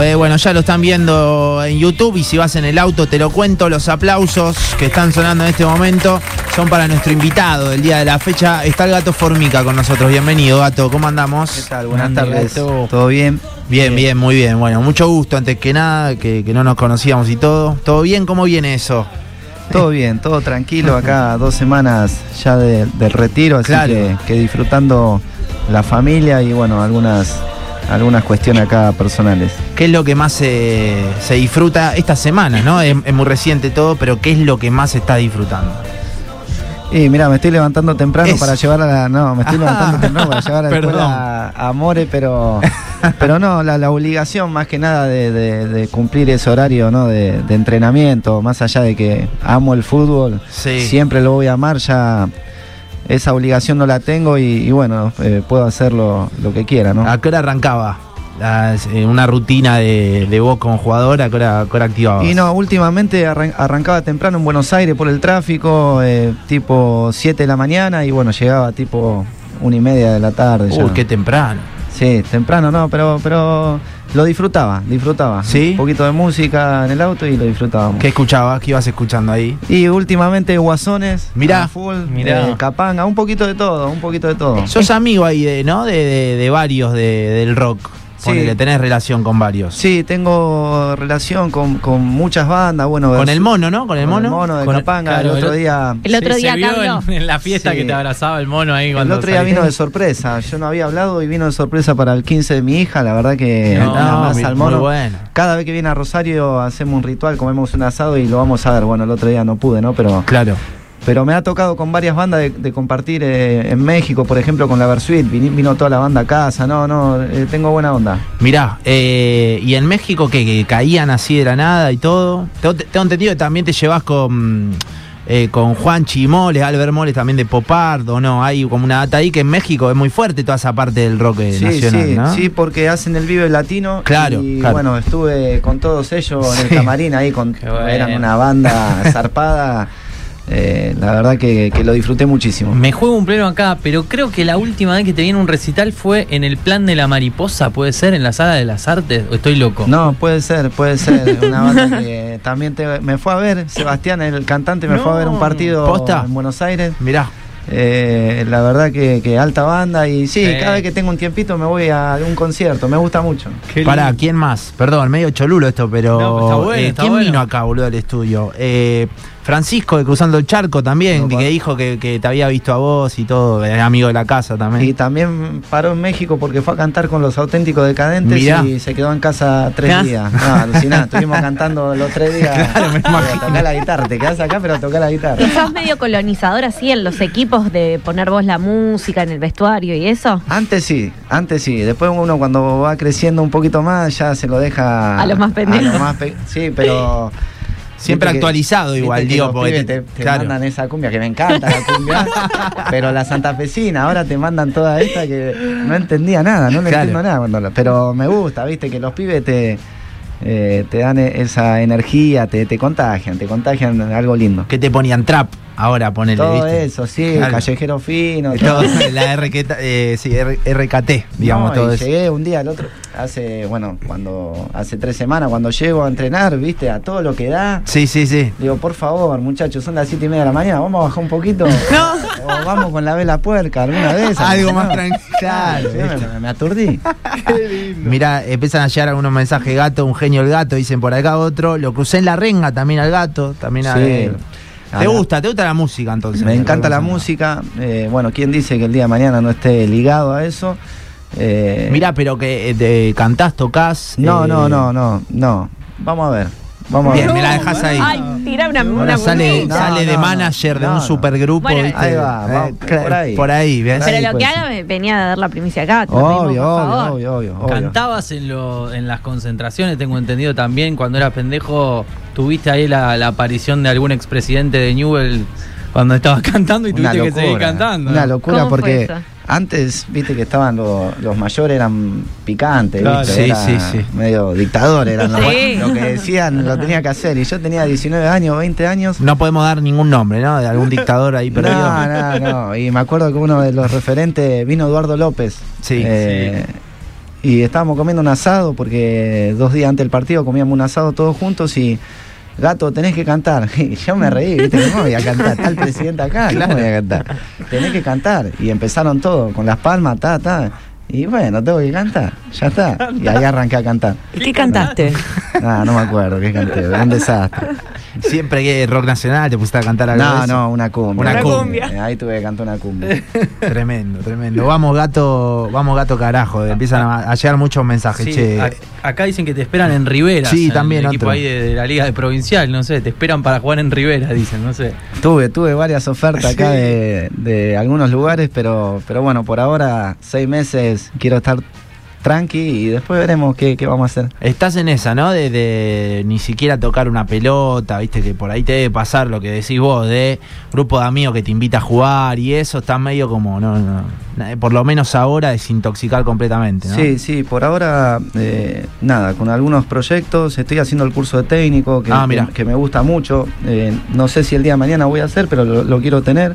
Bueno, ya lo están viendo en YouTube y si vas en el auto te lo cuento. Los aplausos que están sonando en este momento son para nuestro invitado del día de la fecha. Está el Gato Formica con nosotros. Bienvenido, Gato. ¿Cómo andamos? ¿Qué tal? Buenas tardes. ¿Todo bien? Bien, muy bien. Bueno, mucho gusto antes que nada, que no nos conocíamos y todo. ¿Todo bien? ¿Cómo viene eso? Todo bien, todo tranquilo. Acá 2 semanas ya del retiro, así claro. que disfrutando la familia y bueno, algunas cuestiones acá personales. ¿Qué es lo que más se disfruta estas semanas, no? Es muy reciente todo, pero ¿qué es lo que más se está disfrutando? Y mira, me estoy levantando temprano para llevar a la... me estoy levantando temprano para llevar a la escuela a More, pero no, la obligación más que nada de cumplir ese horario, ¿no? De entrenamiento, más allá de que amo el fútbol, sí. Siempre lo voy a amar, ya esa obligación no la tengo y bueno, puedo hacer lo que quiera, ¿no? ¿A qué hora arrancaba una rutina de vos como jugador? ¿A qué hora activabas? Y no, últimamente arrancaba temprano en Buenos Aires por el tráfico, tipo 7 de la mañana y bueno, llegaba tipo 1:30 de la tarde. Uy, qué temprano. Sí, temprano no, pero lo disfrutaba. ¿Sí? Un poquito de música en el auto y lo disfrutábamos. ¿Qué escuchabas? ¿Qué ibas escuchando ahí? Y últimamente Guasones, mirá, Capanga, un poquito de todo. Sos amigo ahí de varios del rock. Ponele, tenés relación con varios. Sí, tengo relación con muchas bandas. Bueno, con el Mono, ¿no? Con el Mono de Capanga. Claro, el otro día se vio en la fiesta que te abrazaba el Mono ahí. El otro día vino de sorpresa. Yo no había hablado y vino de sorpresa para el 15 de mi hija. La verdad que más al Mono. Bueno. Cada vez que viene a Rosario hacemos un ritual, comemos un asado y lo vamos a ver. Bueno, el otro día no pude, ¿no? Pero claro. Pero me ha tocado con varias bandas de compartir en México, por ejemplo, con la Versuit, vino toda la banda a casa, tengo buena onda. Mirá, ¿y en México que caían así de la nada y todo? Tengo entendido que también te llevas con Juanchi Moles, Albert Moles también de Popardo, ¿no? Hay como una data ahí que en México es muy fuerte toda esa parte del rock nacional, ¿no? Sí, porque hacen el Vive Latino. Claro. Bueno, estuve con todos ellos en el camarín ahí, eran una banda zarpada. La verdad que lo disfruté muchísimo. Me juego un pleno acá, pero creo que la última vez que te vi en un recital fue en el Plan de la Mariposa, ¿puede ser? ¿En la Sala de las Artes? ¿O estoy loco? No, puede ser. Una banda que también me fue a ver, Sebastián, el cantante, me fue a ver un partido en Buenos Aires. Mirá. La verdad que alta banda y cada vez que tengo un tiempito me voy a algún concierto, me gusta mucho. Pará, ¿quién más? Perdón, medio cholulo esto, pero está ¿quién bueno. vino acá, boludo, al estudio? Francisco de Cruzando el Charco también, que dijo que te había visto a vos y todo, es amigo de la casa también. Y también paró en México porque fue a cantar con Los Auténticos Decadentes. Mirá. Y se quedó en casa 3 días. Alucinante, estuvimos cantando los 3 días. Claro, me imagino. Tocá la guitarra, te quedás acá pero tocá la guitarra. ¿Y sos medio colonizador así en los equipos de poner vos la música en el vestuario y eso? Antes sí. Después uno cuando va creciendo un poquito más ya se lo deja a los más pendejos. Sí, pero... Siempre actualizado igual, digo, porque te mandan esa cumbia, que me encanta la cumbia, pero la santafesina, ahora te mandan toda esta que no entendía nada, no entiendo nada, pero me gusta, viste, que los pibes te dan esa energía, te contagian algo lindo. ¿Qué te ponían? Trap, ahora ponele, todo ¿viste? Eso, sí, claro. Callejero fino. Todo, la RKT, digamos, todo eso. Llegué un día al otro, hace 3 semanas, cuando llego a entrenar, viste, a todo lo que da. Sí. Digo, por favor, muchachos, son las 7:30 de la mañana, vamos a bajar un poquito. No. O vamos con la vela puerca, alguna vez. Algo más tranquilo. Claro, me aturdí. Qué lindo. Mirá, empiezan a llegar algunos mensajes, Gato, un genio el Gato, dicen por acá otro. Lo crucé en la renga también al Gato, también a él. ¿Te gusta la música entonces? Me encanta la música. ¿Quién dice que el día de mañana no esté ligado a eso? Mirá, pero que cantás, tocás. No. Vamos a ver. Bien, me la dejás ahí. Ay, tira una sale de manager de un supergrupo. Bueno, ¿viste? Ahí va, por ahí. ¿ves? Pero lo que haga venía a dar la primicia acá. Obvio. Cantabas en las concentraciones, tengo entendido también, cuando eras pendejo, tuviste ahí la aparición de algún expresidente de Newell cuando estabas cantando y tuviste que seguir cantando. Una locura porque eso? Antes, viste que estaban los mayores, eran picantes, claro, ¿viste? Sí. Medio dictadores, eran Sí. lo que decían lo tenía que hacer. Y yo tenía 19 años, 20 años. No podemos dar ningún nombre, ¿no? De algún dictador ahí perdido. No. Y me acuerdo que uno de los referentes vino Eduardo López. Sí. y estábamos comiendo un asado, porque 2 días antes del partido comíamos un asado todos juntos y... Gato, tenés que cantar. Y yo me reí, ¿viste? ¿Cómo voy a cantar? Está el presidente acá, ¿cómo voy a cantar? Tenés que cantar. Y empezaron todos, con las palmas, Y bueno, tengo que cantar, ya está. Y ahí arranqué a cantar. ¿Y qué cantaste? No me acuerdo qué canté, un desastre. Siempre que rock nacional te pusiste a cantar algo de eso. No, una cumbia. Una cumbia. Ahí tuve que cantar una cumbia. Tremendo. Vamos gato carajo. Empiezan a llegar muchos mensajes. Sí, che. Acá dicen que te esperan en Rivera. Sí, también el equipo otro. ahí de la Liga de Provincial, no sé, te esperan para jugar en Rivera, dicen, no sé. Tuve varias ofertas acá de algunos lugares, pero bueno, por ahora 6 meses quiero estar tranqui y después veremos qué vamos a hacer. Estás en esa, ¿no? De ni siquiera tocar una pelota, viste que por ahí te debe pasar lo que decís vos, de grupo de amigos que te invita a jugar y eso está medio como, no, por lo menos ahora desintoxicar completamente, ¿no? Sí, por ahora nada, con algunos proyectos, estoy haciendo el curso de técnico que me gusta mucho, no sé si el día de mañana voy a hacer, pero lo quiero tener.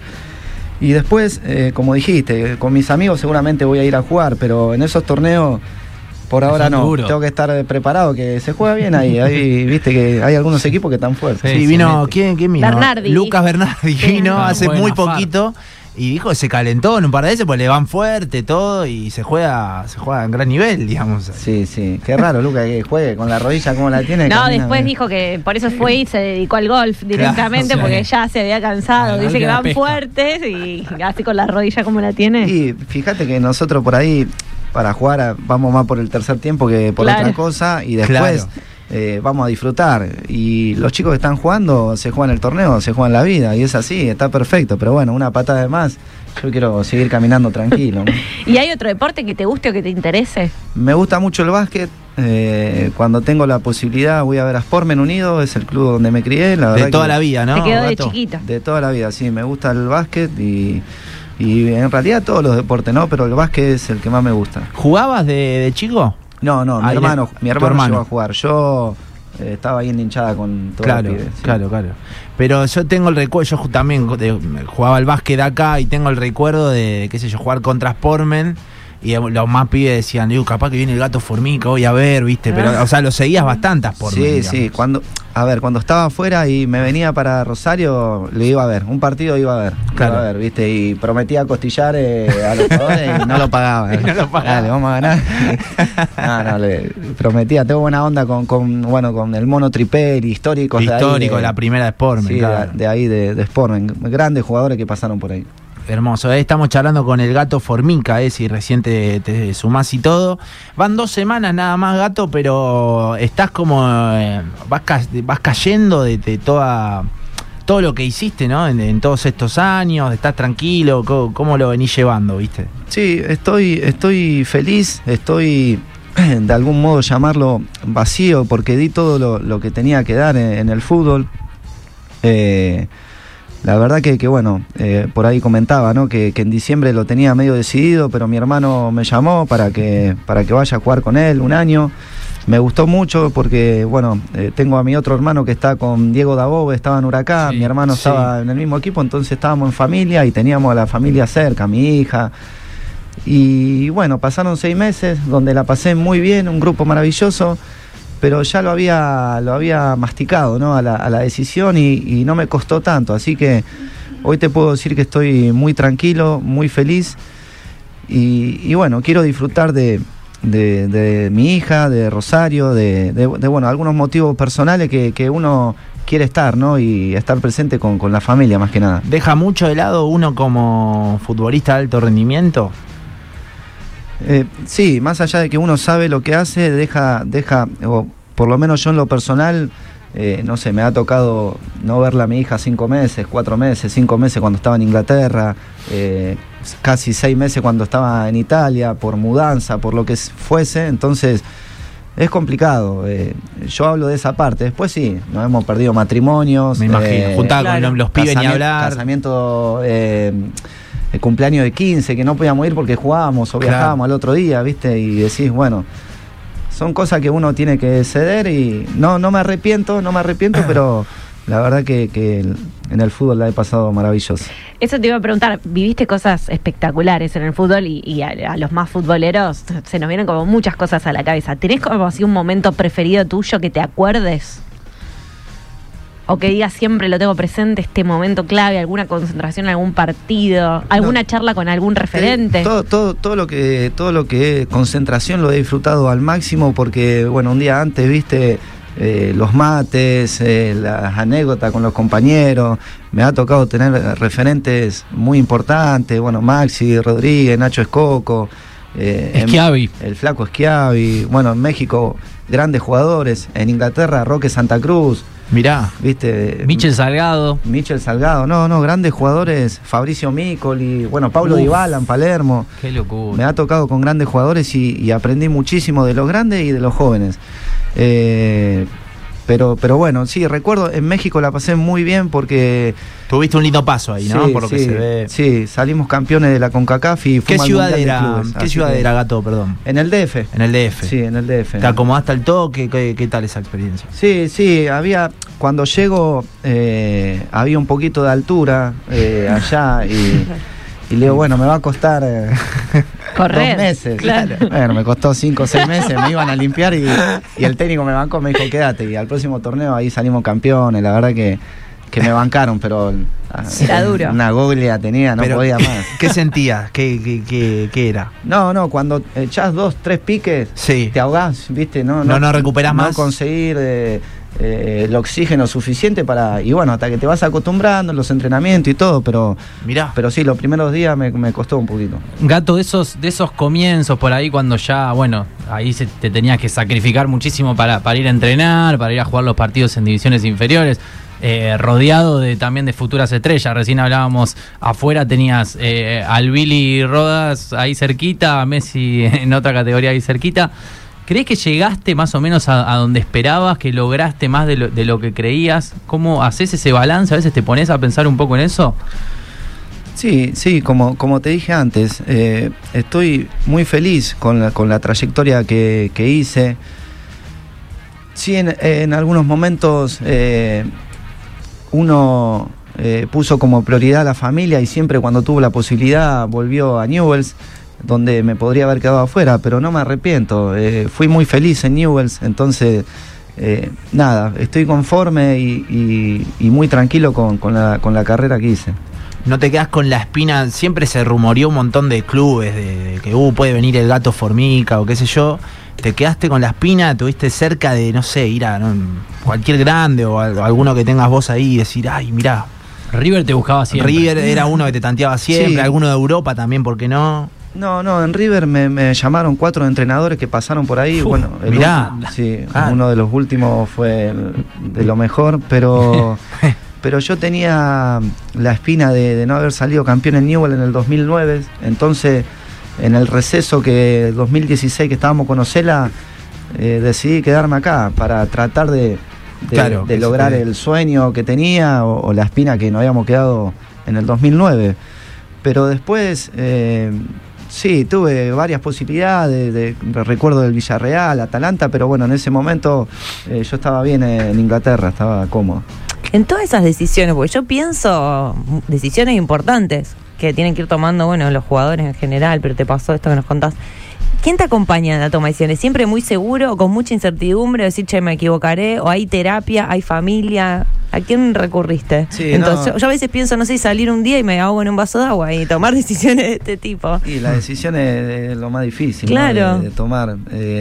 Y después, como dijiste, con mis amigos seguramente voy a ir a jugar, pero en esos torneos por ahora no. Seguro. Tengo que estar preparado, que se juega bien ahí. Viste que hay algunos equipos que están fuertes. Sí, vino, ¿quién vino? Bernardi. Lucas Bernardi vino hace muy poquito y dijo que se calentó en un par de veces, pues le van fuerte todo y se juega en gran nivel, digamos. Sí, qué raro, Lucas, que juegue con la rodilla como la tiene. No, camina, después dijo que por eso fue y se dedicó al golf directamente, Claro, porque ya se había cansado. Dice que van fuertes y así con la rodilla como la tiene. Y fíjate que nosotros por ahí, para jugar, vamos más por el tercer tiempo que por otra cosa, y después vamos a disfrutar. Y los chicos que están jugando, se juegan el torneo, se juegan la vida, y es así, está perfecto. Pero bueno, una patada de más, yo quiero seguir caminando tranquilo, ¿no? ¿Y hay otro deporte que te guste o que te interese? Me gusta mucho el básquet. Cuando tengo la posibilidad voy a ver a Sportmen Unido, es el club donde me crié. La verdad de toda la vida, ¿no? Te quedó de Gato? chiquito. De toda la vida, sí, me gusta el básquet y en realidad todos los deportes, ¿no? Pero el básquet es el que más me gusta. ¿Jugabas de chico? No, mi hermano llegó a jugar. Yo estaba ahí en hinchada con todos los pibes. Sí. Claro. Pero yo tengo el recuerdo, yo también jugaba al básquet acá y tengo el recuerdo de, qué sé yo, jugar contra Sportmen. Y los más pibes decían, capaz que viene el Gato Formica, voy a ver, ¿viste? Pero, o sea, lo seguías bastante por mí. Sí, cuando estaba afuera y me venía para Rosario, le iba a ver, un partido iba a ver, ¿viste? Y prometía costillar a los jugadores y no lo pagaba. Dale, vamos a ganar. No, le prometía, tengo buena onda con el Mono Triperi, históricos de la primera de Sportmen. Sí, claro. de ahí de Sportmen, grandes jugadores que pasaron por ahí. Hermoso, estamos charlando con el Gato Formica, si recién te sumás y todo. Van 2 semanas nada más, Gato, pero estás como... vas cayendo de todo lo que hiciste, ¿no? En todos estos años, estás tranquilo, ¿cómo lo venís llevando, viste? Sí, estoy feliz, estoy de algún modo llamarlo vacío, porque di todo lo que tenía que dar en el fútbol. La verdad que bueno, por ahí comentaba, ¿no? Que en diciembre lo tenía medio decidido, pero mi hermano me llamó para que vaya a jugar con él 1 año. Me gustó mucho porque, bueno, tengo a mi otro hermano que está con Diego Dabove, estaba en Huracán, mi hermano estaba en el mismo equipo, entonces estábamos en familia y teníamos a la familia cerca, mi hija. Y bueno, pasaron 6 meses donde la pasé muy bien, un grupo maravilloso, pero ya lo había masticado, ¿no? a la decisión y no me costó tanto, así que hoy te puedo decir que estoy muy tranquilo, muy feliz y bueno, quiero disfrutar de mi hija, de Rosario, de bueno, algunos motivos personales que uno quiere estar, ¿no? Y estar presente con la familia más que nada. ¿Deja mucho de lado uno como futbolista de alto rendimiento? Sí, más allá de que uno sabe lo que hace, deja, o por lo menos yo en lo personal, no sé, me ha tocado no verla a mi hija 5 meses, 4 meses, 5 meses cuando estaba en Inglaterra, casi 6 meses cuando estaba en Italia, por mudanza, por lo que fuese, entonces es complicado. Yo hablo de esa parte, después sí, nos hemos perdido matrimonios. Me imagino, juntada con los pibes ni hablar. Casamiento... el cumpleaños de 15, que no podíamos ir porque jugábamos o viajábamos al otro día, ¿viste? Y decís, bueno, son cosas que uno tiene que ceder y no me arrepiento, pero la verdad que en el fútbol la he pasado maravilloso. Eso te iba a preguntar, viviste cosas espectaculares en el fútbol y a los más futboleros se nos vienen como muchas cosas a la cabeza. ¿Tenés como así un momento preferido tuyo que te acuerdes? O que digas siempre lo tengo presente, este momento clave, alguna concentración en algún partido, alguna charla con algún referente. Todo lo que es concentración lo he disfrutado al máximo porque, bueno, un día antes, viste, los mates, las anécdotas con los compañeros. Me ha tocado tener referentes muy importantes, bueno, Maxi Rodríguez, Nacho Escoco, Schiavi. El flaco Schiavi, bueno, en México grandes jugadores, en Inglaterra Roque Santa Cruz. Mirá, ¿viste? Michel Salgado, grandes jugadores, Fabricio Micoli, bueno, Paulo Dybala en Palermo. Qué locura. Me ha tocado con grandes jugadores y aprendí muchísimo de los grandes y de los jóvenes. Pero bueno, sí, recuerdo, en México la pasé muy bien porque... Tuviste un lindo paso ahí, ¿no? Sí, Por lo que se ve. Sí, salimos campeones de la CONCACAF y ¿Qué fuimos ciudad al Mundial era? de Clubes, ¿Qué ciudad era, Gato, perdón? En el DF. En el DF. Sí, en el DF. ¿Te acomodaste al toque? ¿Qué tal esa experiencia? Sí, cuando llego había un poquito de altura allá y le digo, bueno, me va a costar correr 2 meses. Claro. Bueno, me costó 5 o 6 meses, me iban a limpiar y el técnico me bancó, me dijo, quédate. Y al próximo torneo ahí salimos campeones, la verdad que me bancaron, pero era duro. Una goglia tenía, no podía más. ¿Qué sentías? ¿Qué era? No, cuando echás 2, 3 piques, sí, te ahogás, ¿viste? No recuperás más. No conseguir el oxígeno suficiente y bueno, hasta que te vas acostumbrando en los entrenamientos y todo, pero sí, los primeros días me costó un poquito. Gato, de esos comienzos por ahí cuando ya, bueno, ahí te tenías que sacrificar muchísimo para ir a entrenar, para ir a jugar los partidos en divisiones inferiores, rodeado también de futuras estrellas. Recién hablábamos, afuera tenías al Billy Rodas ahí cerquita, a Messi en otra categoría ahí cerquita. ¿Crees que llegaste más o menos a donde esperabas, que lograste más de lo que creías? ¿Cómo haces ese balance? ¿A veces te pones a pensar un poco en eso? Sí, como te dije antes, estoy muy feliz con la trayectoria que hice. Sí, en algunos momentos uno puso como prioridad a la familia y siempre cuando tuvo la posibilidad volvió a Newell's, donde me podría haber quedado afuera, pero no me arrepiento. Fui muy feliz en Newell's, entonces nada, estoy conforme y muy tranquilo con la carrera que hice. ¿No te quedas con la espina? Siempre se rumoreó un montón de clubes de que puede venir el Gato Formica o qué sé yo. ¿Te quedaste con la espina? ¿Tuviste cerca de, no sé, ir a cualquier grande o alguno que tengas vos ahí y decir, ay, mirá? River te buscaba siempre. River era uno que te tanteaba siempre, sí. Alguno de Europa también, ¿por qué no? No, en River me llamaron 4 entrenadores que pasaron por ahí. Bueno, mirá. Uno de los últimos fue de lo mejor, pero yo tenía la espina de no haber salido campeón en Newell's en el 2009, entonces en el receso que 2016 que estábamos con Osela, decidí quedarme acá para tratar de lograr el sueño que tenía o la espina que nos habíamos quedado en el 2009. Pero después, sí, tuve varias posibilidades, recuerdo del Villarreal, Atalanta, pero bueno, en ese momento yo estaba bien en Inglaterra, estaba cómodo. En todas esas decisiones, porque yo pienso decisiones importantes que tienen que ir tomando, bueno, los jugadores en general, pero te pasó esto que nos contás. ¿Quién te acompaña en la toma de decisiones? ¿Siempre muy seguro o con mucha incertidumbre? Decir, che, me equivocaré, o hay terapia, hay familia. ¿A quién recurriste? Sí, entonces, yo a veces pienso, no sé, salir un día y me ahogo en un vaso de agua y tomar decisiones de este tipo. Y la decisión es lo más difícil, claro, ¿no? de tomar.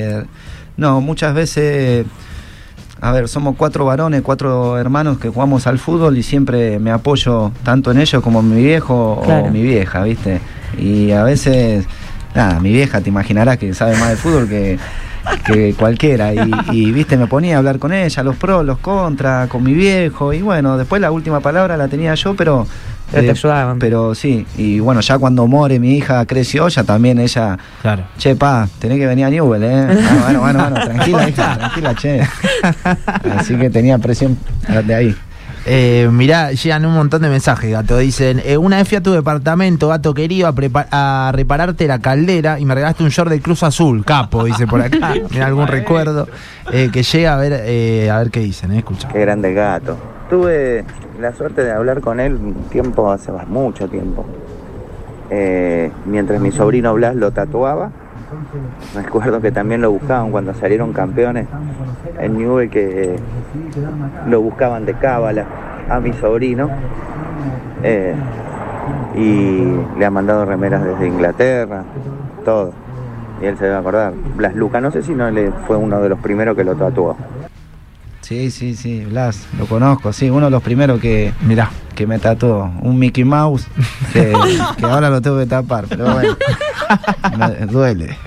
No, muchas veces, a ver, somos 4 varones, 4 hermanos que jugamos al fútbol y siempre me apoyo tanto en ellos como en mi viejo o mi vieja, ¿viste? Y a veces, nada, mi vieja te imaginarás que sabe más de fútbol que cualquiera y viste, me ponía a hablar con ella, los pros, los contras, con mi viejo y bueno, después la última palabra la tenía yo, pero te ayudaban. Pero sí, y bueno, ya cuando More, mi hija, creció, ya también ella, claro. Che, tenés que venir a Newell's, Bueno, tranquila, hija, tranquila, che. Así que tenía presión de ahí. Mirá, llegan un montón de mensajes, Gato. Dicen, una vez fui a tu departamento, Gato querido, a repararte la caldera y me regalaste un short de Cruz Azul, capo, dice por acá. Mirá, algún recuerdo que llega a ver qué dicen, escucha. Qué grande el Gato. Tuve la suerte de hablar con él un tiempo, hace mucho tiempo. Mientras mi sobrino Blas lo tatuaba. Me acuerdo que también lo buscaban cuando salieron campeones en Newell's, que lo buscaban de cábala a mi sobrino. Y le han mandado remeras desde Inglaterra, todo. Y él se debe acordar. Blas Luca, no sé si no le fue uno de los primeros que lo tatuó. Sí, Blas, lo conozco, sí, uno de los primeros que me tatuó, un Mickey Mouse, que ahora lo tengo que tapar, pero bueno, me duele.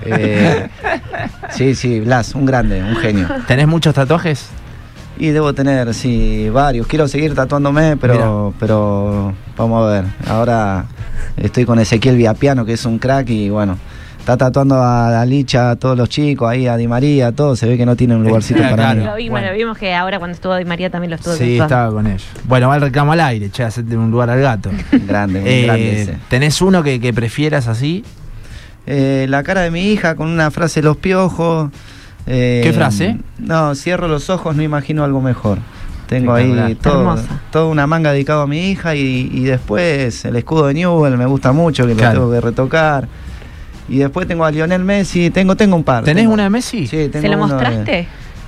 Sí, Blas, un grande, un genio. ¿Tenés muchos tatuajes? Y debo tener, sí, varios. Quiero seguir tatuándome, pero vamos a ver. Ahora estoy con Ezequiel Viapiano, que es un crack, y bueno, está tatuando a Licha, a todos los chicos, ahí a Di María, todo. Se ve que no tiene un lugarcito para mí. Lo vimos que ahora cuando estuvo Di María también lo estuvo tatuando. Sí, estaba con ellos. Bueno, va el reclamo al aire, che, hacete un lugar al gato. Grande, muy grande ese. ¿Tenés uno que prefieras así? La cara de mi hija con una frase de Los Piojos. ¿Qué frase? No, cierro los ojos, no imagino algo mejor. Tengo ahí toda una manga dedicado a mi hija y después el escudo de Newell's me gusta mucho, que lo tengo que retocar. Y después tengo a Lionel Messi, tengo un par. ¿Tenés una de Messi? Sí, tengo. ¿Se lo mostraste?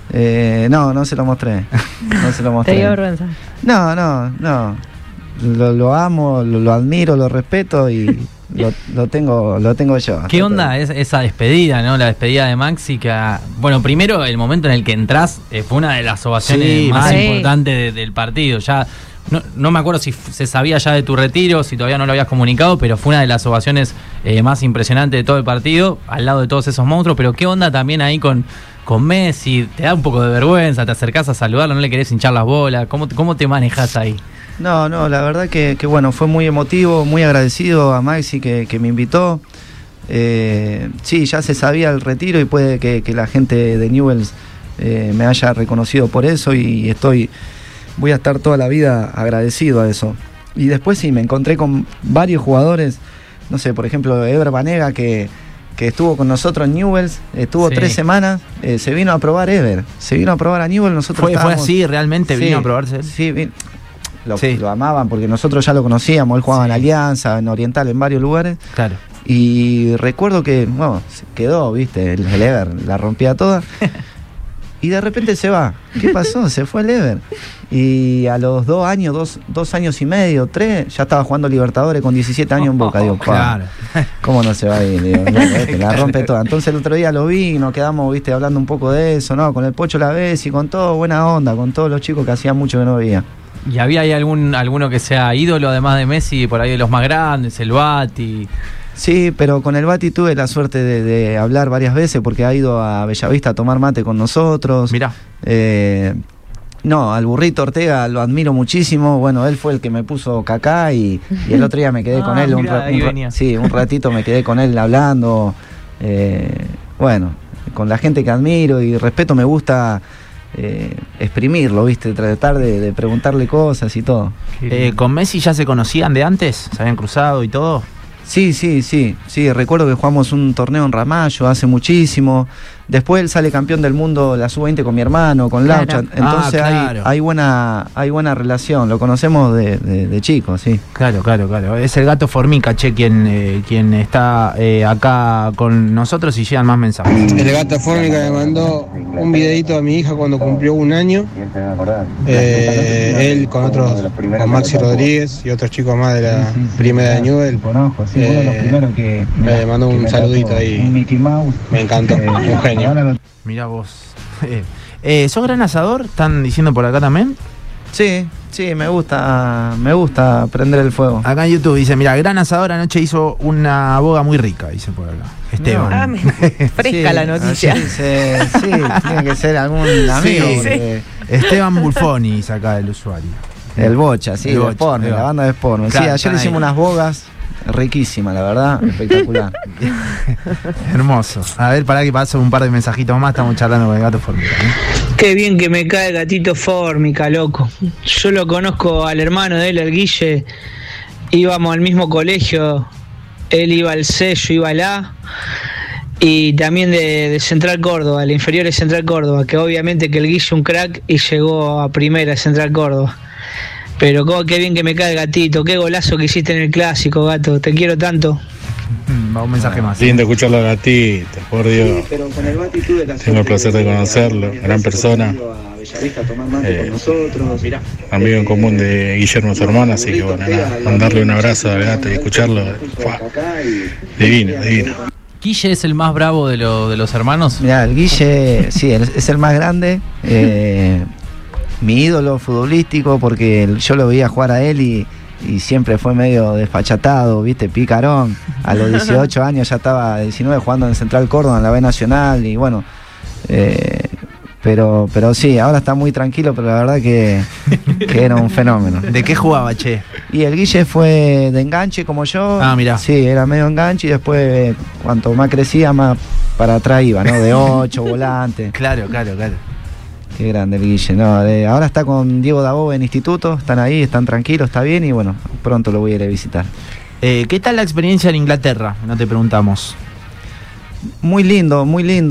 No se lo mostré. No se lo mostré. ¿Te dio vergüenza? No. Lo amo, lo admiro, lo respeto y lo tengo yo. ¿Qué onda esa despedida, no? La despedida de Maxi, que bueno, primero el momento en el que entrás fue una de las ovaciones más importantes del partido. Ya no me acuerdo si se sabía ya de tu retiro, si todavía no lo habías comunicado, pero fue una de las ovaciones más impresionantes de todo el partido, al lado de todos esos monstruos. Pero ¿qué onda también ahí con Messi? ¿Te da un poco de vergüenza? ¿Te acercás a saludarlo? ¿No le querés hinchar las bolas? ¿Cómo te manejás ahí? No, la verdad que bueno, fue muy emotivo, muy agradecido a Maxi que me invitó. Sí, ya se sabía el retiro y puede que la gente de Newell's me haya reconocido por eso y voy a estar toda la vida agradecido a eso. Y después sí, me encontré con varios jugadores, no sé, por ejemplo, Eber Banega, que estuvo con nosotros en Newell's, estuvo 3 semanas, se vino a probar se vino a probar a Newell's, nosotros ¿Fue así realmente? ¿Vino a probarse? Sí, lo amaban porque nosotros ya lo conocíamos, él jugaba en Alianza, en Oriental, en varios lugares. Claro. Y recuerdo que, bueno, se quedó, viste, el Ever la rompía toda. Y de repente se va. ¿Qué pasó? Se fue el Ever. Y a los 2 años, 2 años y medio, 3, ya estaba jugando Libertadores con 17 años en Boca. Digo, claro. ¿Cómo no se va a ir? Digo, la rompe toda. Entonces el otro día lo vi y nos quedamos, viste, hablando un poco de eso, ¿no? Con el Pocho Lavesi, con todo, buena onda, con todos los chicos que hacía mucho que no veía. ¿Y había ahí alguno que sea ídolo, además de Messi, por ahí de los más grandes, el Bati? Sí, pero con el Bati tuve la suerte de hablar varias veces porque ha ido a Bellavista a tomar mate con nosotros. Mirá. No, al Burrito Ortega lo admiro muchísimo. Bueno, él fue el que me puso Kaká y el otro día me quedé con él. Un ratito me quedé con él hablando. Bueno, con la gente que admiro y respeto, me gusta exprimirlo, ¿viste? Tratar de preguntarle cosas y todo. ¿Con Messi ya se conocían de antes? ¿Se habían cruzado y todo? Sí, recuerdo que jugamos un torneo en Ramallo hace muchísimo. Después él sale campeón del mundo la sub-20 con mi hermano, con Laucha. Entonces hay buena relación, lo conocemos de chicos, sí. Claro. Es el Gato Formica, che, quien está acá con nosotros y llegan más mensajes. El Gato Formica me mandó un videito a mi hija cuando cumplió 1 año. Él con Maxi Rodríguez y otros chicos más de la primera de Newell's. Me mandó un saludito ahí. Me encantó, un genio. Mirá vos. ¿Sos gran asador? ¿Están diciendo por acá también? Sí, me gusta prender el fuego. Acá en YouTube dice, mira, gran asador anoche hizo una boga muy rica, dice por acá. Esteban. Fresca la noticia. Sí, tiene que ser algún amigo. Sí. Esteban Bulfoni saca del usuario. El Bocha, sí, de Sporn, la banda de Sporn. Claro, sí, ayer le hicimos unas bogas. Riquísima, la verdad, espectacular. Hermoso. A ver, pará que paso un par de mensajitos más. Estamos charlando con el Gato Formica. Qué bien que me cae Gatito Formica, loco. Yo lo conozco al hermano de él, el Guille. Íbamos al mismo colegio. Él iba al C, yo iba al A. y también de Central Córdoba, la inferior de Central Córdoba, que obviamente que el Guille un crack y llegó a primera Central Córdoba. Pero qué bien que me cae el gatito, qué golazo que hiciste en el clásico, gato, te quiero tanto. Va un mensaje más. Lindo escucharlo a Gatito, por Dios. Tengo el placer de conocerlo, gran persona. Amigo en común de Guillermo, su hermana, así que bueno, nada, mandarle un abrazo al gato y escucharlo. Divino. ¿Guille es el más bravo de los hermanos? Mirá, el Guille, sí, es el más grande. Mi ídolo futbolístico, porque yo lo veía jugar a él y siempre fue medio desfachatado, viste, picarón. A los 18 años ya estaba 19 jugando en Central Córdoba, en la B Nacional, y bueno, pero sí, ahora está muy tranquilo, pero la verdad que era un fenómeno. ¿De qué jugaba, che? Y el Guille fue de enganche como yo. Ah, mirá. Sí, era medio enganche y después, cuanto más crecía, más para atrás iba, ¿no? De 8, volante. Claro. Qué grande el Guille, ¿no? Ahora está con Diego Dabove en instituto, están ahí, están tranquilos, está bien y bueno, pronto lo voy a ir a visitar. ¿Qué tal la experiencia en Inglaterra? No te preguntamos. Muy lindo.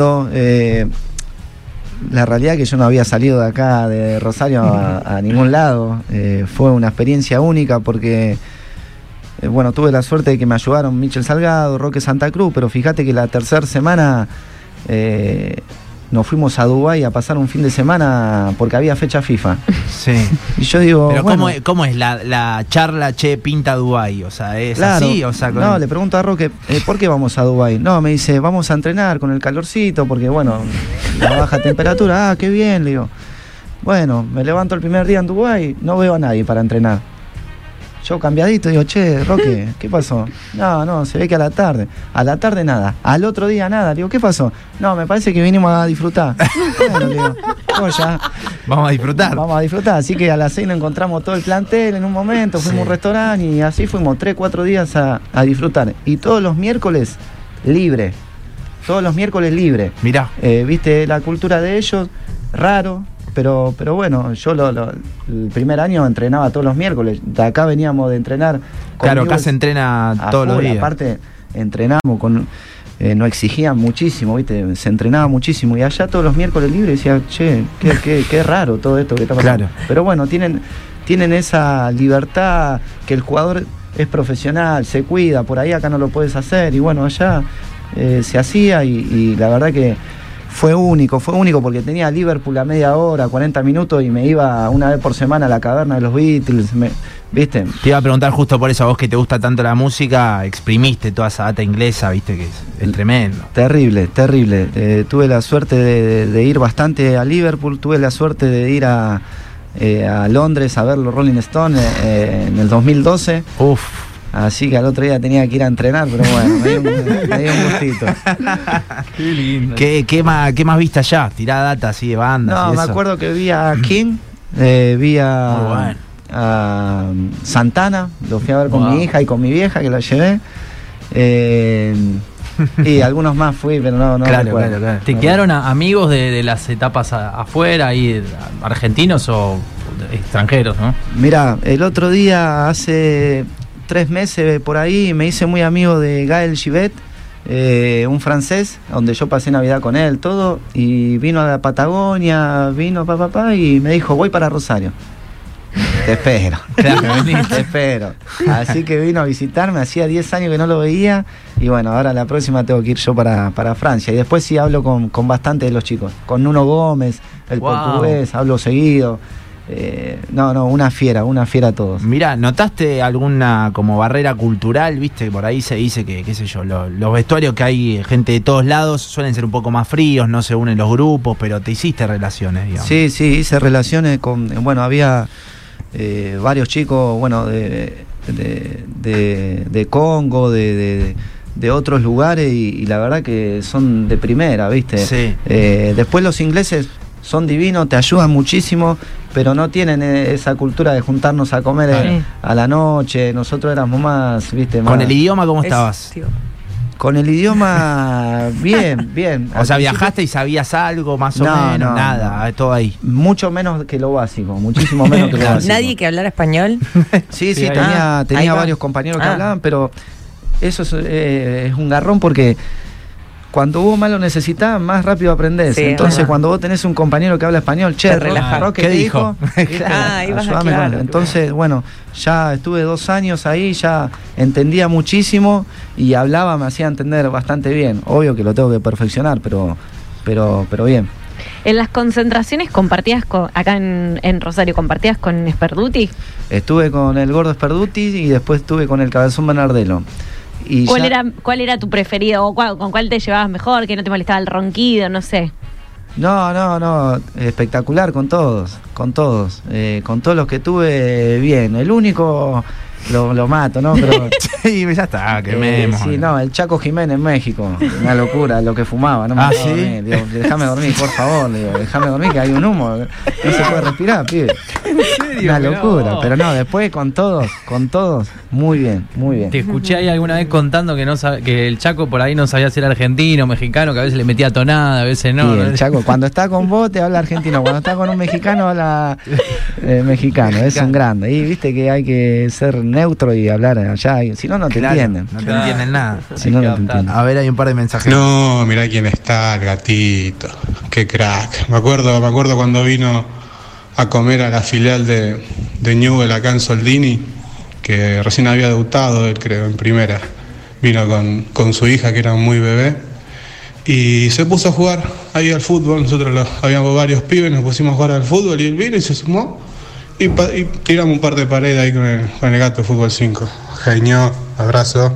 La realidad es que yo no había salido de acá, de Rosario, a ningún lado. Fue una experiencia única porque, bueno, tuve la suerte de que me ayudaron Michel Salgado, Roque Santa Cruz, pero fíjate que la tercera semana nos fuimos a Dubái a pasar un fin de semana porque había fecha FIFA. Sí. Y yo digo, pero bueno, ¿cómo es la charla, che, pinta Dubái? O sea, ¿es claro, así? O sea, no, le pregunto a Roque, ¿por qué vamos a Dubái? No, me dice, vamos a entrenar con el calorcito porque, bueno, la baja temperatura. Ah, qué bien, le digo. Bueno, me levanto el primer día en Dubái, no veo a nadie para entrenar. Yo cambiadito digo, che, Roque, ¿qué pasó? No, se ve que a la tarde nada, al otro día nada. Digo, ¿qué pasó? No, me parece que vinimos a disfrutar. Bueno, le digo, ya. Vamos a disfrutar. Así que a las 6 nos encontramos todo el plantel en un momento, fuimos a un restaurante y así fuimos 3-4 días a disfrutar. Y todos los miércoles libre. Mirá. Viste, la cultura de ellos, raro. Pero bueno, yo el primer año entrenaba todos los miércoles. De acá veníamos de entrenar. Claro, acá se entrena todos los días. Aparte, entrenamos nos exigían muchísimo, ¿viste? Se entrenaba muchísimo. Y allá todos los miércoles libres decía, che, qué raro todo esto que está pasando. Claro. Pero bueno, tienen esa libertad, que el jugador es profesional, se cuida. Por ahí acá no lo puedes hacer. Y bueno, allá se hacía y la verdad que fue único porque tenía a Liverpool a media hora, 40 minutos y me iba una vez por semana a la caverna de los Beatles, ¿viste? Te iba a preguntar justo por eso, a vos que te gusta tanto la música, exprimiste toda esa data inglesa, viste que es tremendo. Terrible. Tuve la suerte de ir bastante a Liverpool, tuve la suerte de ir a Londres a ver los Rolling Stones en el 2012. Uf. Así que al otro día tenía que ir a entrenar, pero bueno, me dio un gustito. Qué lindo. ¿Qué más viste allá? Tirá data así de bandas. No, me acuerdo que vi a King, vi a Santana, lo fui a ver con mi hija y con mi vieja, que la llevé. Y algunos más fui, pero no recuerdo. Claro. ¿Te quedaron amigos de las etapas afuera, ahí, argentinos o extranjeros, no? Mirá, el otro día, hace 3 meses por ahí, me hice muy amigo de Gaël Givet, un francés, donde yo pasé Navidad con él, todo, y vino a la Patagonia, y me dijo, voy para Rosario. Te espero. Te espero. Así que vino a visitarme, hacía 10 años que no lo veía, y bueno, ahora la próxima tengo que ir yo para Francia. Y después sí hablo con bastante de los chicos, con Nuno Gómez, el portugués, hablo seguido. Una fiera todos. Mirá, ¿notaste alguna como barrera cultural? Viste, por ahí se dice que, qué sé yo, los vestuarios que hay gente de todos lados suelen ser un poco más fríos, no se unen los grupos, pero te hiciste relaciones, digamos. Sí, hice relaciones había varios chicos, de Congo, de otros lugares y la verdad que son de primera, ¿viste? Sí. Después los ingleses son divinos, te ayudan muchísimo, pero no tienen esa cultura de juntarnos a comer a la noche. Nosotros éramos más, ¿viste? ¿Con el idioma cómo estabas? Con el idioma, bien. O sea, ¿viajaste y sabías algo más o menos? Nada, todo ahí. Mucho menos que lo básico, muchísimo menos que lo básico. ¿Nadie que hablara español? Sí, tenía varios compañeros que hablaban, pero eso es un garrón porque cuando vos más lo necesitás, más rápido aprendés. Sí, Entonces, cuando vos tenés un compañero que habla español, che, Roque, ¿qué dijo? Ayúdame con él. Entonces, bueno, ya estuve 2 años ahí, ya entendía muchísimo y hablaba, me hacía entender bastante bien. Obvio que lo tengo que perfeccionar, pero bien. En las concentraciones compartías acá en Rosario, ¿compartías con Sperduti? Estuve con el Gordo Sperduti y después estuve con el Cabezón Bernardelo. Y ¿Cuál era tu preferido? ¿O con cuál te llevabas mejor? ¿Que no te molestaba el ronquido? No sé. No, espectacular con todos. Con todos los que tuve, bien. El único lo mato, ¿no? Pero sí, ya está, quememos. Sí, no, el Chaco Jiménez en México, una locura, lo que fumaba, ¿no? ¿Sí? Dormir. Digo, déjame dormir, por favor, déjame dormir, que hay un humo, no se puede respirar, pibe. ¿En serio? Una locura, pero no, después con todos, muy bien. Te escuché ahí alguna vez contando que el Chaco por ahí no sabía si era argentino, mexicano, que a veces le metía tonada, a veces no. Sí, el Chaco, cuando está con vos te habla argentino, cuando está con un mexicano habla mexicano, es un grande. Y viste que hay que ser neutro y hablar allá, si no, no te entienden. No te entienden nada. Si no, no te entienden. A ver, hay un par de mensajes. No, mirá quién está, el gatito. Qué crack. Me acuerdo cuando vino a comer a la filial de Newell acá en Soldini, que recién había debutado, él creo, en primera. Vino con su hija, que era muy bebé, y se puso a jugar ahí al fútbol. Nosotros habíamos varios pibes, nos pusimos a jugar al fútbol y él vino y se sumó. Y tiramos un par de paredes ahí con el Gato Fútbol 5. Genio, abrazo.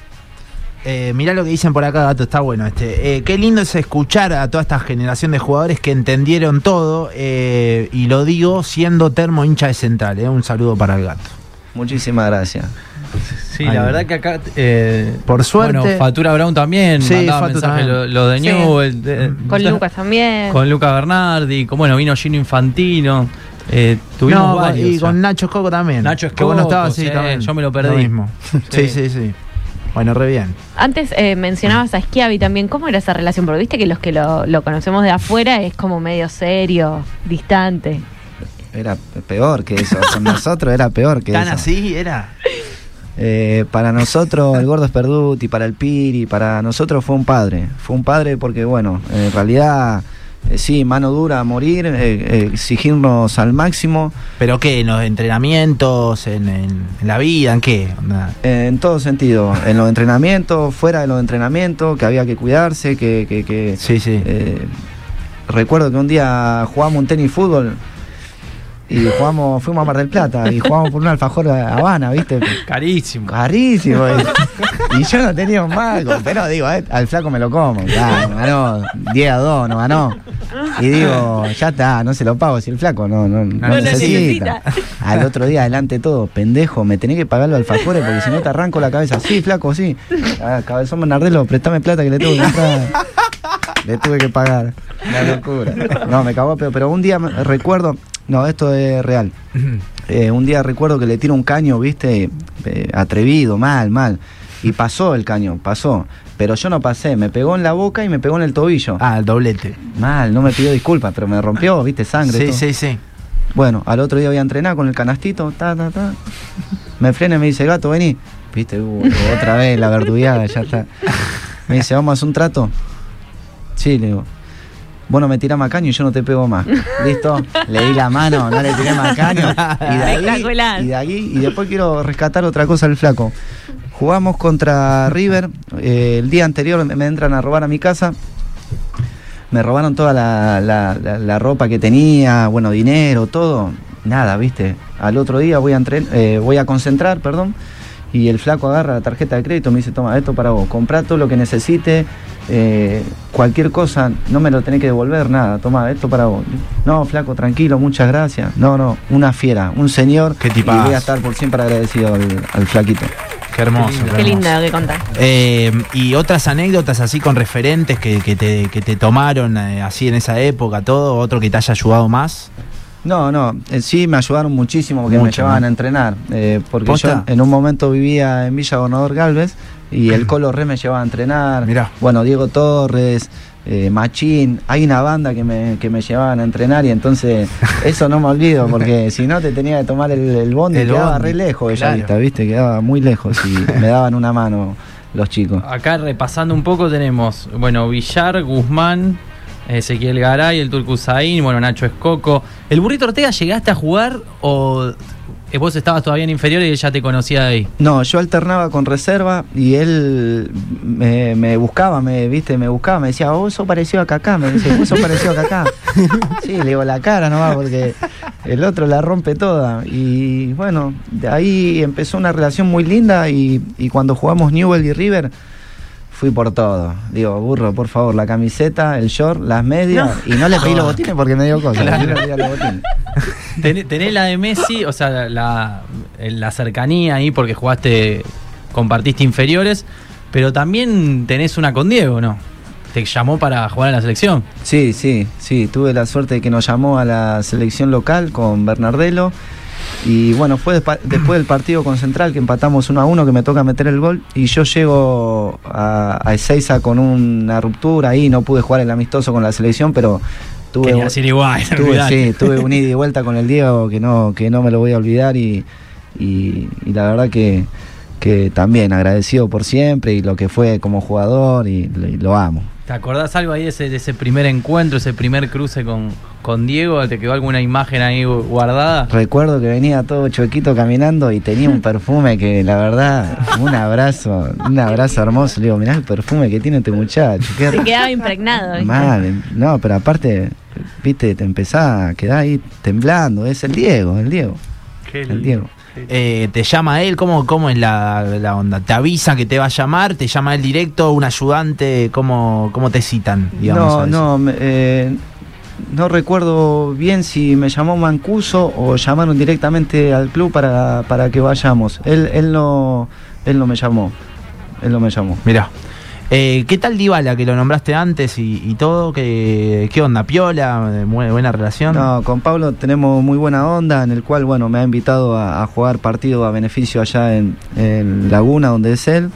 Mirá lo que dicen por acá, Gato, está bueno. Qué lindo es escuchar a toda esta generación de jugadores que entendieron todo, y lo digo siendo termo hincha de Central. Un saludo para el Gato. Muchísimas gracias. Sí, la verdad que acá, por suerte. Bueno, Fatura Brown también, sí, mandaba mensajes lo de Newell. Con Lucas también. Con Lucas Bernardi, vino Gino Infantino. Tuvimos varios. Y con Nacho Escoco también. Nacho Escoco, que bueno estaba así también. Yo me lo perdí. Lo mismo. Sí. Bueno, re bien. Antes mencionabas a Schiavi también. ¿Cómo era esa relación? Porque viste que los que lo conocemos de afuera es como medio serio, distante. Era peor que eso. Con nosotros era peor que eso. ¿Tan así era? Para nosotros, el Gordo Sperduti, para el Piri, para nosotros fue un padre. Fue un padre porque, bueno, en realidad... sí, mano dura a morir, exigirnos al máximo. ¿Pero qué? ¿En los entrenamientos? ¿En la vida? ¿En qué? En todo sentido. En los entrenamientos, fuera de los entrenamientos, que había que cuidarse, que sí. Recuerdo que un día jugamos un tenis fútbol y fuimos a Mar del Plata y jugamos por un alfajor a Habana, ¿viste? Carísimo. Y yo no tenía un mago, pero digo, al flaco me lo como. Claro, ganó 10-2, no ganó. Y digo, ya está, no se lo pago si el flaco no necesita. Al otro día, adelante de todo, pendejo, me tenés que pagar los alfajores porque si no te arranco la cabeza. Sí, flaco, sí. Cabezón Bernardelo, préstame plata que le tengo que comprar. Le tuve que pagar. Una locura. No, me cagó, pero un día recuerdo... No, esto es real. Un día recuerdo que le tiro un caño, ¿viste? Atrevido, mal. Y pasó el caño, pero yo no pasé, me pegó en la boca y me pegó en el tobillo. El doblete. Mal, no me pidió disculpas, pero me rompió, ¿viste? Sangre. Sí. Bueno, al otro día voy a entrenar con el canastito, me frena y me dice, Gato, vení. ¿Viste? Otra vez la verdugueada, ya está. Me dice, ¿vamos a hacer un trato? Sí, le digo. Vos no me tirás más caño y yo no te pego más. ¿Listo? Le di la mano, no le tiré más caño. Y de ahí, y después quiero rescatar otra cosa al flaco. Jugamos contra River. El día anterior me entran a robar a mi casa. Me robaron toda la ropa que tenía, bueno, dinero, todo. Nada, ¿viste? Al otro día voy a concentrar, y el flaco agarra la tarjeta de crédito y me dice, toma, esto para vos, comprá todo lo que necesites, cualquier cosa, no me lo tenés que devolver, nada, toma, esto para vos. No, flaco, tranquilo, muchas gracias. No, una fiera, un señor. Qué tipazo. Y voy a estar por siempre agradecido al flaquito. Qué hermoso. Qué lindo lo que contás. Y otras anécdotas así con referentes que te tomaron así en esa época, todo, otro que te haya ayudado más. No, sí me ayudaron muchísimo porque me llevaban a entrenar, porque ¿Posta? yo en un momento vivía en Villa Gobernador Galvez y el Colo Re me llevaba a entrenar. Mirá. Bueno, Diego Torres, Machín, hay una banda que me llevaban a entrenar y entonces eso no me olvido porque si no te tenía que tomar el bondi, quedaba re lejos Bellavista, ¿viste? Quedaba muy lejos y me daban una mano los chicos. Acá repasando un poco tenemos, bueno, Villar, Guzmán, Ezequiel Garay, el Turco Usain, bueno, Nacho Escoco. ¿El Burrito Ortega llegaste a jugar o vos estabas todavía en inferior y él ya te conocía de ahí? No, yo alternaba con reserva y él me buscaba, me decía, vos sos parecido a Kaká, me dice, vos sos parecido a Kaká. Sí, le digo la cara nomás porque el otro la rompe toda. Y bueno, de ahí empezó una relación muy linda y cuando jugamos Newell y River, fui por todo. Digo, Burro, por favor, la camiseta, el short, las medias. No. Y no le pedí los botines porque me dio cosa. Claro. Tenés la de Messi, o sea, la cercanía ahí porque compartiste inferiores, pero también tenés una con Diego, ¿no? ¿Te llamó para jugar en la selección? Sí. Tuve la suerte de que nos llamó a la selección local con Bernardelo. Y bueno, fue después del partido con Central que empatamos 1-1, que me toca meter el gol y yo llego a Ezeiza con una ruptura ahí, no pude jugar el amistoso con la selección, pero tuve un ida y vuelta con el Diego que no me lo voy a olvidar y la verdad que también agradecido por siempre y lo que fue como jugador y lo amo. ¿Te acordás algo ahí de ese primer encuentro, ese primer cruce con Diego? ¿Te quedó alguna imagen ahí guardada? Recuerdo que venía todo chuequito caminando y tenía un perfume que la verdad, un abrazo hermoso. Le digo, mirá el perfume que tiene este muchacho. Se quedaba impregnado, ¿viste? Madre, no, pero aparte, viste, te empezás a quedar ahí temblando. Es el Diego. El Diego. ¿Te llama él? ¿Cómo es la onda? ¿Te avisa que te va a llamar? ¿Te llama él directo? ¿Un ayudante? ¿Cómo te citan? No recuerdo bien si me llamó Mancuso o llamaron directamente al club para que vayamos. Él no me llamó. Mirá. ¿Qué tal Dybala, que lo nombraste antes y todo? ¿Qué onda? ¿Piola? ¿Buena relación? No, con Pablo tenemos muy buena onda, en el cual, bueno, me ha invitado a jugar partido a beneficio allá en Laguna, donde es él.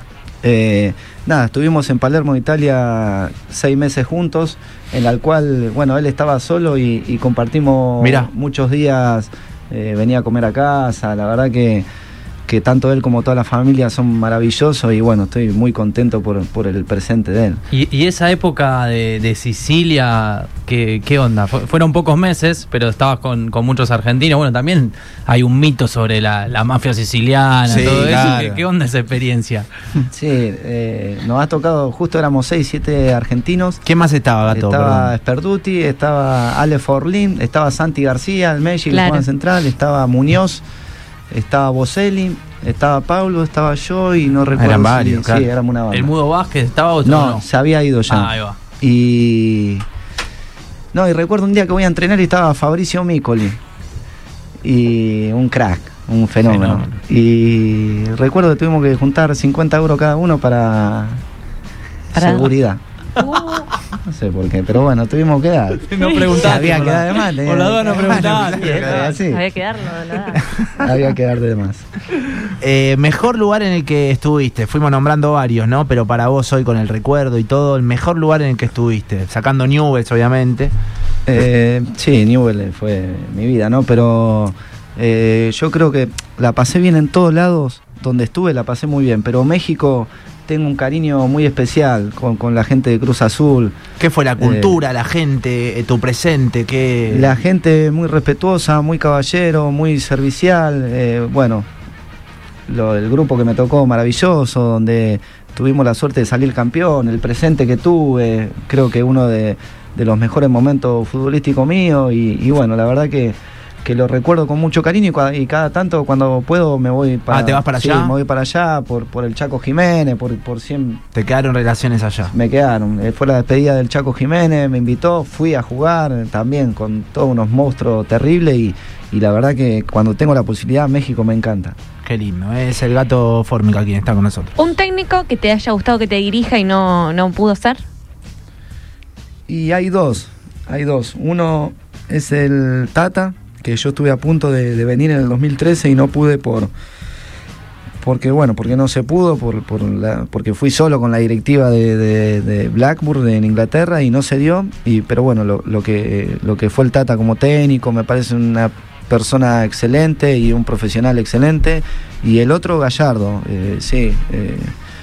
Estuvimos en Palermo, Italia, 6 meses juntos, en el cual, bueno, él estaba solo y compartimos muchos días, venía a comer a casa, la verdad que tanto él como toda la familia son maravillosos y bueno, estoy muy contento por el presente de él. ¿Y esa época de Sicilia, qué onda? Fueron pocos meses, pero estabas con muchos argentinos. Bueno, también hay un mito sobre la mafia siciliana, todo claro. Eso. ¿Qué onda esa experiencia? Sí, nos ha tocado, justo éramos 6, 7 argentinos. ¿Quién más estaba, Gato? Estaba Sperduti, estaba Ale Forlín, estaba Santi García, el Messi, claro, que juega en Central, estaba Muñoz, estaba Boselli, estaba Pablo, estaba yo y no recuerdo. Eran varios, claro. Sí, éramos una banda. ¿El Mudo Vázquez estaba otro? No, se había ido ya. Ahí va. Y recuerdo un día que voy a entrenar y estaba Fabricio Micoli. Y un crack, un fenómeno. Y recuerdo que tuvimos que juntar 50 euros cada uno para seguridad. No sé por qué, pero bueno, tuvimos que dar. No preguntaste. Había que dar de más. Por la duda no preguntaste. Había que darlo, de la Había que dar de más. Mejor lugar en el que estuviste. Fuimos nombrando varios, ¿no? Pero para vos hoy, con el recuerdo y todo, el mejor lugar en el que estuviste. Sacando Newell's, obviamente. Sí, Newell's fue mi vida, ¿no? Pero yo creo que la pasé bien en todos lados. Donde estuve la pasé muy bien. Pero México, tengo un cariño muy especial con la gente de Cruz Azul. ¿Qué fue la cultura, la gente, tu presente? La gente muy respetuosa, muy caballero, muy servicial. Bueno, el grupo que me tocó maravilloso, donde tuvimos la suerte de salir campeón, el presente que tuve, creo que uno de los mejores momentos futbolísticos míos y bueno, la verdad que lo recuerdo con mucho cariño y cada tanto cuando puedo me voy para... ¿te vas para allá? Sí, me voy para allá por el Chaco Jiménez, por 100... ¿Te quedaron relaciones allá? Me quedaron. Fue la despedida del Chaco Jiménez, me invitó, fui a jugar también con todos unos monstruos terribles y la verdad que cuando tengo la posibilidad México me encanta. Qué lindo, es el Gato Formica quien está con nosotros. ¿Un técnico que te haya gustado que te dirija y no pudo ser? Y hay dos. Uno es el Tata, que yo estuve a punto de venir en el 2013 y no pude porque no se pudo, porque fui solo con la directiva de Blackburn en Inglaterra y no se dio, pero bueno, lo que fue el Tata como técnico me parece una persona excelente y un profesional excelente. Y el otro, Gallardo,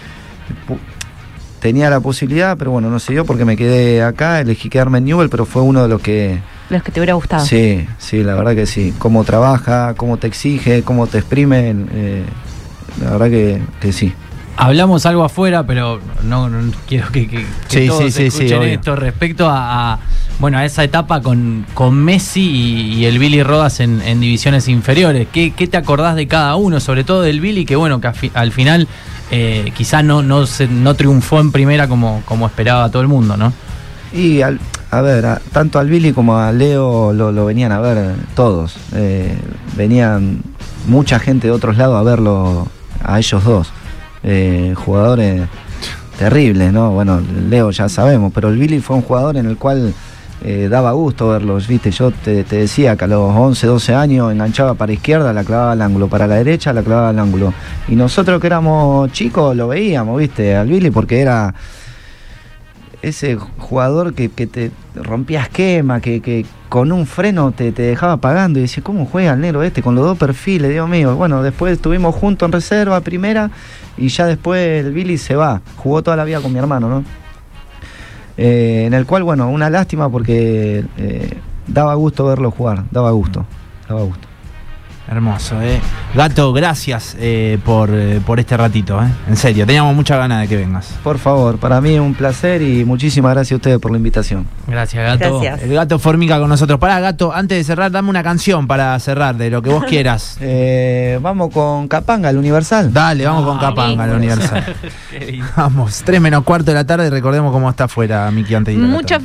tenía la posibilidad, pero bueno, no se dio porque me quedé acá, elegí quedarme en Newell, pero fue uno de los que te hubiera gustado. Sí, la verdad que sí. Cómo trabaja, cómo te exige, cómo te exprime, la verdad que sí. Hablamos algo afuera, pero no quiero que todos escuchen esto respecto a esa etapa con Messi y el Billy Rodas en divisiones inferiores. ¿Qué te acordás de cada uno? Sobre todo del Billy, que que al final quizás no triunfó en primera como esperaba todo el mundo, ¿no? Y tanto al Billy como a Leo lo venían a ver todos. Venían mucha gente de otros lados a verlo, a ellos dos. Jugadores terribles, ¿no? Bueno, Leo ya sabemos, pero el Billy fue un jugador en el cual daba gusto verlos, ¿viste? Yo te decía que a los 11, 12 años enganchaba para izquierda, la clavaba al ángulo, para la derecha, la clavaba al ángulo. Y nosotros que éramos chicos lo veíamos, ¿viste? Al Billy, porque era ese jugador que te rompía esquema, que con un freno te dejaba pagando y decía, ¿cómo juega el negro con los dos perfiles? Dios mío. Bueno, después estuvimos juntos en reserva, primera, y ya después el Billy se va. Jugó toda la vida con mi hermano, ¿no? En el cual, bueno, una lástima porque daba gusto verlo jugar, daba gusto. Hermoso, Gato, gracias por este ratito, en serio, teníamos mucha ganas de que vengas. Por favor, para mí es un placer y muchísimas gracias a ustedes por la invitación. Gracias, Gato. Gracias. El Gato Formica con nosotros. Pará, Gato, antes de cerrar, dame una canción para cerrar, de lo que vos quieras. Vamos con Capanga, el Universal. Dale, vamos con Capanga, el Universal. Vamos, 3:45 de la tarde, recordemos cómo está afuera Miki antes de ir a la tarde.